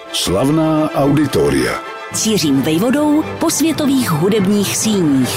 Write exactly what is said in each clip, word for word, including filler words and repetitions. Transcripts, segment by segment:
Slavná auditoria. Cířím vejvodou po světových hudebních síních.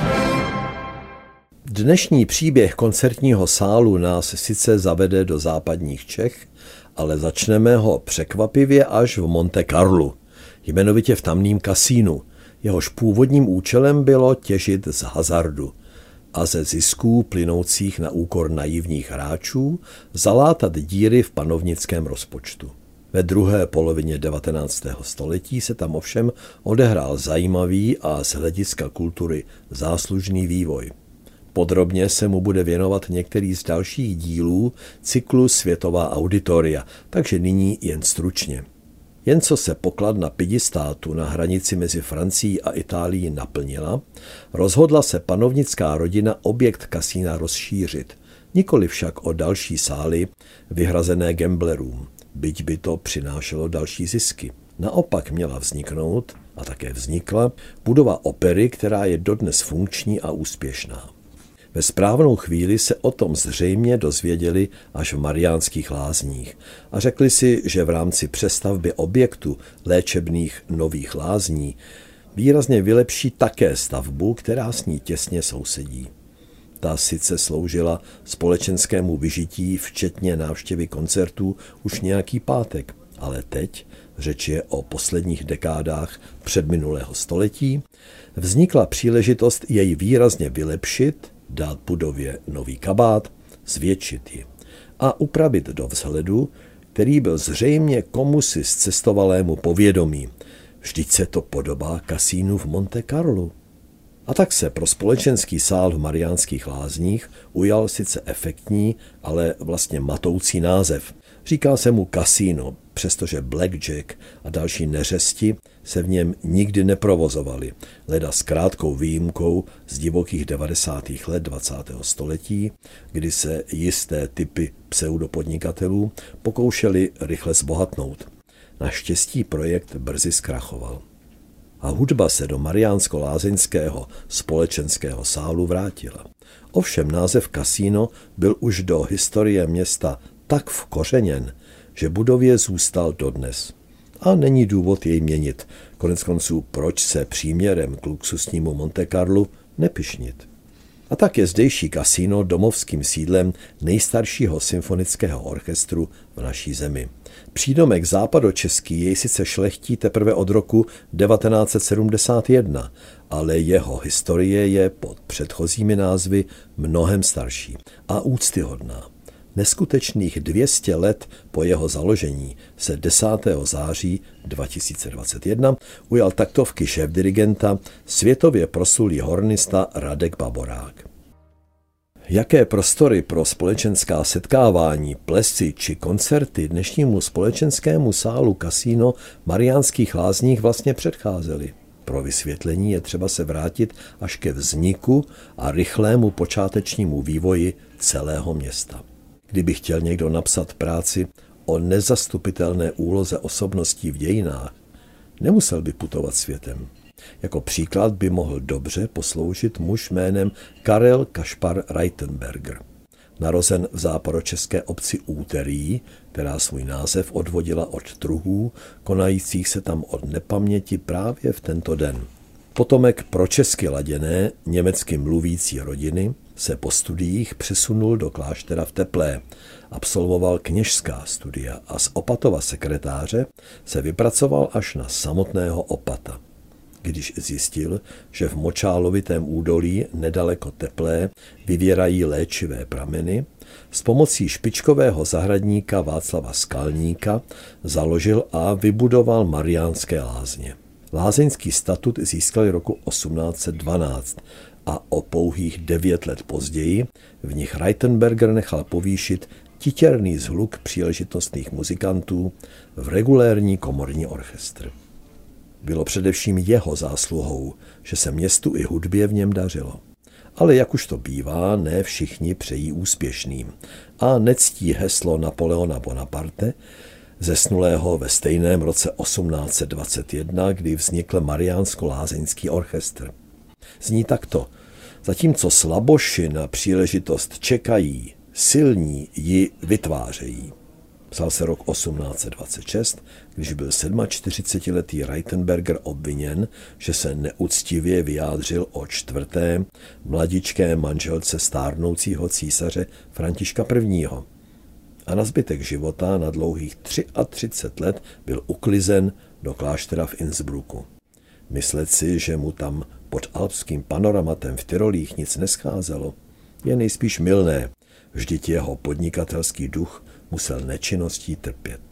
Dnešní příběh koncertního sálu nás sice zavede do západních Čech, ale začneme ho překvapivě až v Monte Carlu, jmenovitě v tamním kasínu. Jehož původním účelem bylo těžit z hazardu a ze zisků plynoucích na úkor naivních hráčů zalátat díry v panovnickém rozpočtu. Ve druhé polovině devatenáctého století se tam ovšem odehrál zajímavý a z hlediska kultury záslužný vývoj. Podrobně se mu bude věnovat některý z dalších dílů cyklu Světová auditoria, takže nyní jen stručně. Jen co se pokladna pědistátu na hranici mezi Francií a Itálií naplnila, rozhodla se panovnická rodina objekt kasína rozšířit, nikoli však o další sály vyhrazené gamblerům, byť by to přinášelo další zisky. Naopak měla vzniknout, a také vznikla, budova opery, která je dodnes funkční a úspěšná. Ve správnou chvíli se o tom zřejmě dozvěděli až v Mariánských lázních a řekli si, že v rámci přestavby objektu léčebných Nových lázní výrazně vylepší také stavbu, která s ní těsně sousedí. Ta sice sloužila společenskému vyžití, včetně návštěvy koncertů, už nějaký pátek, ale teď, řeč je o posledních dekádách předminulého století, vznikla příležitost jej výrazně vylepšit, dát budově nový kabát, zvětšit ji a upravit do vzhledu, který byl zřejmě komusi zcestovalému povědomí. Vždyť se to podobá kasínu v Monte Carlu. A tak se pro společenský sál v Mariánských lázních ujal sice efektní, ale vlastně matoucí název. Říká se mu kasíno, přestože blackjack a další neřesti se v něm nikdy neprovozovaly, leda s krátkou výjimkou z divokých devadesátých let dvacátého století, kdy se jisté typy pseudopodnikatelů pokoušeli rychle zbohatnout. Naštěstí projekt brzy zkrachoval. A hudba se do mariánsko-lázeňského společenského sálu vrátila. Ovšem název kasíno byl už do historie města tak vkořeněn, že budově zůstal dodnes. A není důvod jej měnit. Koneckonců, proč se příměrem k luxusnímu Monte Carlu nepyšnit? A tak je zdejší kasíno domovským sídlem nejstaršího symfonického orchestru v naší zemi. Přídomek západočeský jej sice šlechtí teprve od roku devatenáct set sedmdesát jedna, ale jeho historie je pod předchozími názvy mnohem starší a úctyhodná. Neskutečných dvě stě let po jeho založení se desátého září dva tisíce dvacet jedna ujal taktovky šéfdirigenta světově proslulý hornista Radek Baborák. Jaké prostory pro společenská setkávání, plesy či koncerty dnešnímu společenskému sálu kasíno Mariánských lázních vlastně předcházely? Pro vysvětlení je třeba se vrátit až ke vzniku a rychlému počátečnímu vývoji celého města. Kdyby chtěl někdo napsat práci o nezastupitelné úloze osobností v dějinách, nemusel by putovat světem. Jako příklad by mohl dobře posloužit muž jménem Karel Kašpar Reitenberger. Narozen v západočeské obci Úterý, která svůj název odvodila od truhů, konajících se tam od nepaměti právě v tento den. Potomek pro česky laděné, německy mluvící rodiny se po studiích přesunul do kláštera v Teplé, absolvoval kněžská studia a z Opatova sekretáře se vypracoval až na samotného opata. Když zjistil, že v močálovitém údolí nedaleko Teplé vyvěrají léčivé prameny, s pomocí špičkového zahradníka Václava Skalníka založil a vybudoval Mariánské lázně. Lázeňský statut získali roku osmnáct set dvanáct a o pouhých devět let později v nich Reitenberger nechal povýšit titěrný zhluk příležitostných muzikantů v regulérní komorní orchestr. Bylo především jeho zásluhou, že se městu i hudbě v něm dařilo. Ale jak už to bývá, ne všichni přejí úspěšným a nectí heslo Napoleona Bonaparte, zesnulého ve stejném roce osmnáct set dvacet jedna, kdy vznikl Mariánsko-lázeňský orchestr. Zní takto: zatímco slaboši na příležitost čekají, silní ji vytvářejí. Psal se rok osmnáct set dvacet šest, když byl čtyřicetisedmiletý Reitenberger obviněn, že se neúctivě vyjádřil o čtvrté mladičké manželce stárnoucího císaře Františka prvního. A na zbytek života na dlouhých třicet tři let byl uklizen do kláštera v Innsbrucku. Myslet si, že mu tam pod alpským panoramatem v Tyrolích nic nescházelo, je nejspíš mylné, vždyť jeho podnikatelský duch musel nečinností trpět.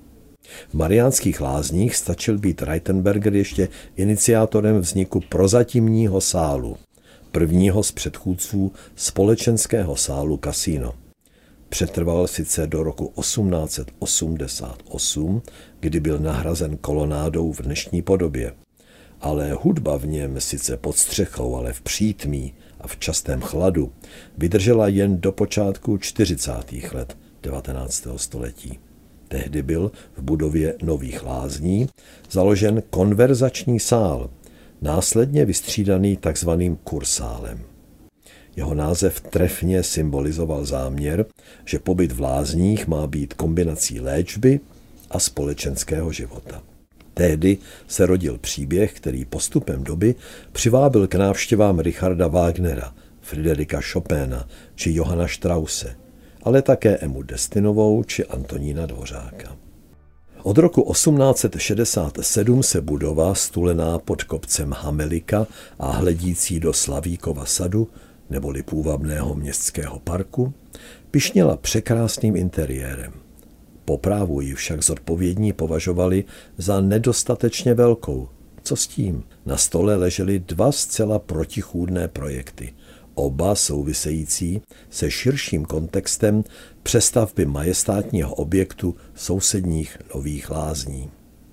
V Mariánských Lázních stačil být Reitenberger ještě iniciátorem vzniku prozatímního sálu, prvního z předchůdců společenského sálu Casino. Přetrval sice do roku osmnáct set osmdesát osm, kdy byl nahrazen kolonádou v dnešní podobě, ale hudba v něm sice pod střechou, ale v přítmí a v častém chladu vydržela jen do počátku čtyřicátých let devatenáctého století. Tehdy byl v budově Nových Lázní založen konverzační sál, následně vystřídaný takzvaným kursálem. Jeho název trefně symbolizoval záměr, že pobyt v lázních má být kombinací léčby a společenského života. Tehdy se rodil příběh, který postupem doby přivábil k návštěvám Richarda Wagnera, Friderika Chopina či Johanna Strausse, ale také Emu Destinovou či Antonína Dvořáka. Od roku osmnáct set šedesát sedm se budova stulená pod kopcem Hamelika a hledící do Slavíkova sadu, neboli půvabného městského parku, pyšněla překrásným interiérem. Po právu ji však zodpovědní považovali za nedostatečně velkou. Co s tím? Na stole ležely dva zcela protichůdné projekty, oba související se širším kontextem přestavby majestátního objektu sousedních Nových Lázní.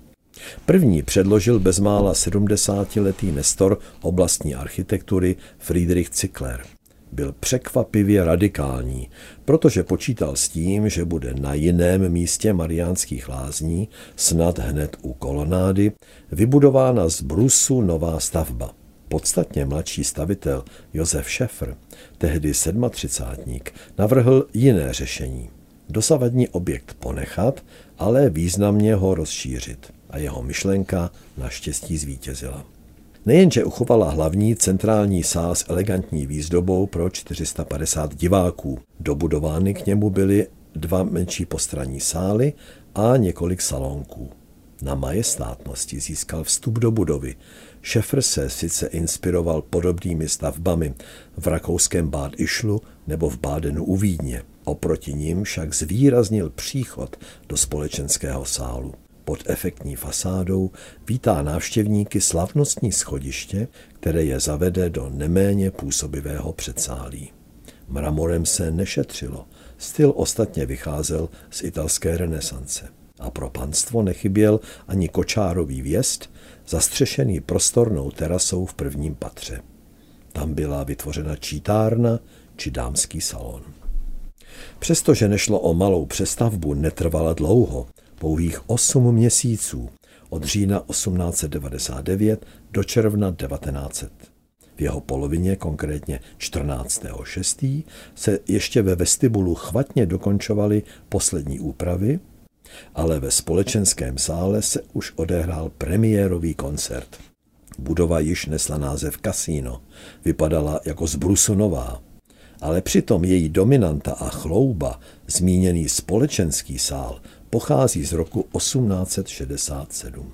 První předložil bezmála sedmdesátiletý nestor oblastní architektury Friedrich Zickler. Byl překvapivě radikální, protože počítal s tím, že bude na jiném místě Mariánských Lázní, snad hned u kolonády, vybudována z brusu nová stavba. Podstatně mladší stavitel Josef Schäfer, tehdy sedmatřicátník, navrhl jiné řešení. Dosavadní objekt ponechat, ale významně ho rozšířit. A jeho myšlenka naštěstí zvítězila. Nejenže uchovala hlavní centrální sál s elegantní výzdobou pro čtyři sta padesát diváků. Dobudovány k němu byly dva menší postranní sály a několik salonků. Na majestátnosti získal vstup do budovy. Schäfer se sice inspiroval podobnými stavbami v rakouském Bad Ischlu nebo v Bádenu u Vídně. Oproti nim však zvýraznil příchod do společenského sálu. Pod efektní fasádou vítá návštěvníky slavnostní schodiště, které je zavede do neméně působivého předsálí. Mramorem se nešetřilo, styl ostatně vycházel z italské renesance. A pro panstvo nechyběl ani kočárový vjezd, zastřešený prostornou terasou v prvním patře. Tam byla vytvořena čítárna či dámský salon. Přestože nešlo o malou přestavbu, netrvala dlouho, pouhých osm měsíců, od října osmnáct set devadesát devět do června devatenáct set. V jeho polovině, konkrétně čtrnáctého šestého se ještě ve vestibulu chvatně dokončovaly poslední úpravy, ale ve společenském sále se už odehrál premiérový koncert. Budova již nesla název Casino, vypadala jako z brusu nová, ale přitom její dominanta a chlouba, zmíněný společenský sál, pochází z roku osmnáct set šedesát sedm.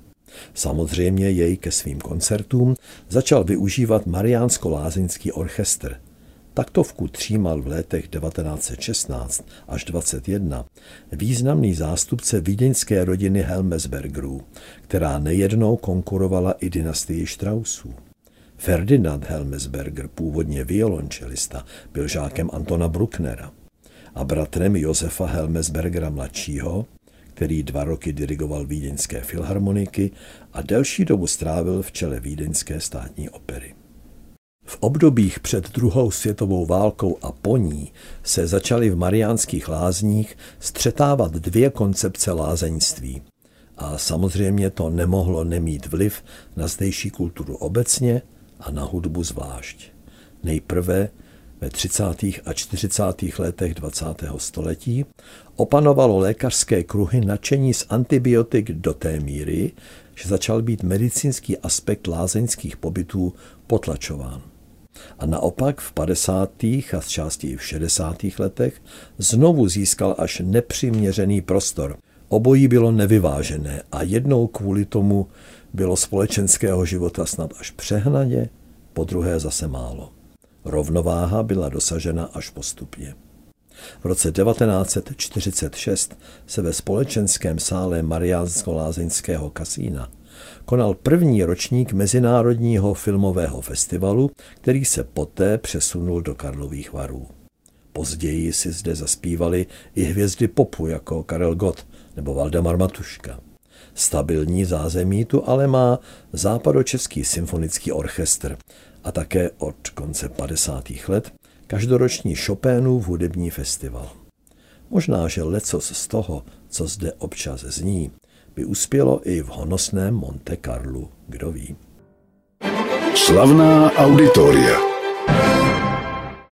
Samozřejmě jej ke svým koncertům začal využívat Mariánsko-lázeňský orchestr. Taktovku třímal v letech devatenáct set šestnáct až dvacet jedna významný zástupce vídeňské rodiny Helmesbergerů, která nejednou konkurovala i dynastii Straussů. Ferdinand Helmesberger, původně violončelista, byl žákem Antona Brucknera a bratrem Josefa Helmesbergera mladšího, který dva roky dirigoval vídeňské filharmoniky a delší dobu strávil v čele vídeňské státní opery. V obdobích před druhou světovou válkou a po ní se začaly v Mariánských Lázních střetávat dvě koncepce lázeňství. A samozřejmě to nemohlo nemít vliv na zdejší kulturu obecně a na hudbu zvlášť. Nejprve Ve třicátých a čtyřicátých letech dvacátého století opanovalo lékařské kruhy nadšení z antibiotik do té míry, že začal být medicínský aspekt lázeňských pobytů potlačován. A naopak v padesátých a z části i v šedesátých letech znovu získal až nepřiměřený prostor. Obojí bylo nevyvážené a jednou kvůli tomu bylo společenského života snad až přehnaně, po druhé zase málo. Rovnováha byla dosažena až postupně. V roce devatenáct set čtyřicet šest se ve společenském sále Mariánsko-Lázeňského kasína konal první ročník Mezinárodního filmového festivalu, který se poté přesunul do Karlových Varů. Později si zde zaspívali i hvězdy popu jako Karel Gott nebo Valdemar Matuška. Stabilní zázemí tu ale má Západočeský symfonický orchestr a také od konce padesátých let každoroční Chopinův hudební festival. Možná, že lecos z toho, co zde občas zní, by uspělo i v honosném Monte Carlu, kdo ví. Slavná auditoria.